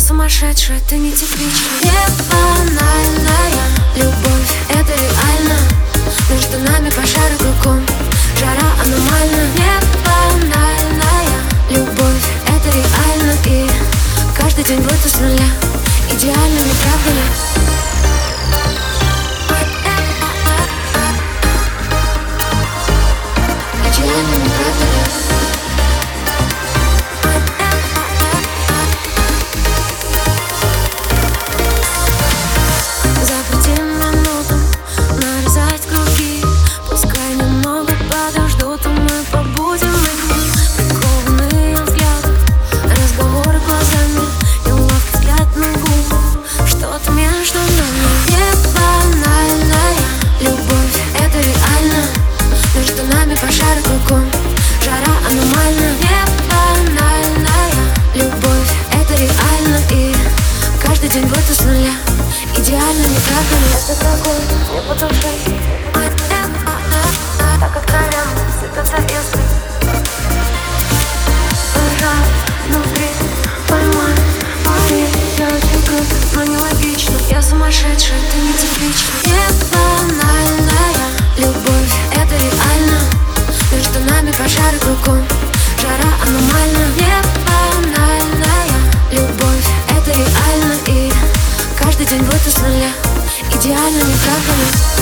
сумасшедшая, ты не типичная. Не банальная любовь, это реально. Между нами пожары кругом, жара аномальна. Не банальная любовь, это реально. И каждый день будто с нуля. Идеально, не правда ли? Идеально, не правда ли? Пожары кругом, жара аномальна. Не банальная любовь, это реально. И каждый день будто с нуля. Идеально, не правда ли? Это такой, не по душе. Так откровенно сыпятся искры. Пожар внутри, поймай, поверь, я очень круто, но нелогично. Я сумасшедшая, ты не типичная. Не банальная любовь, это реально. Между нами пожары кругом, жара аномальна. Не банальная любовь, это реально. И каждый день будто с нуля. Идеально, не правда ли?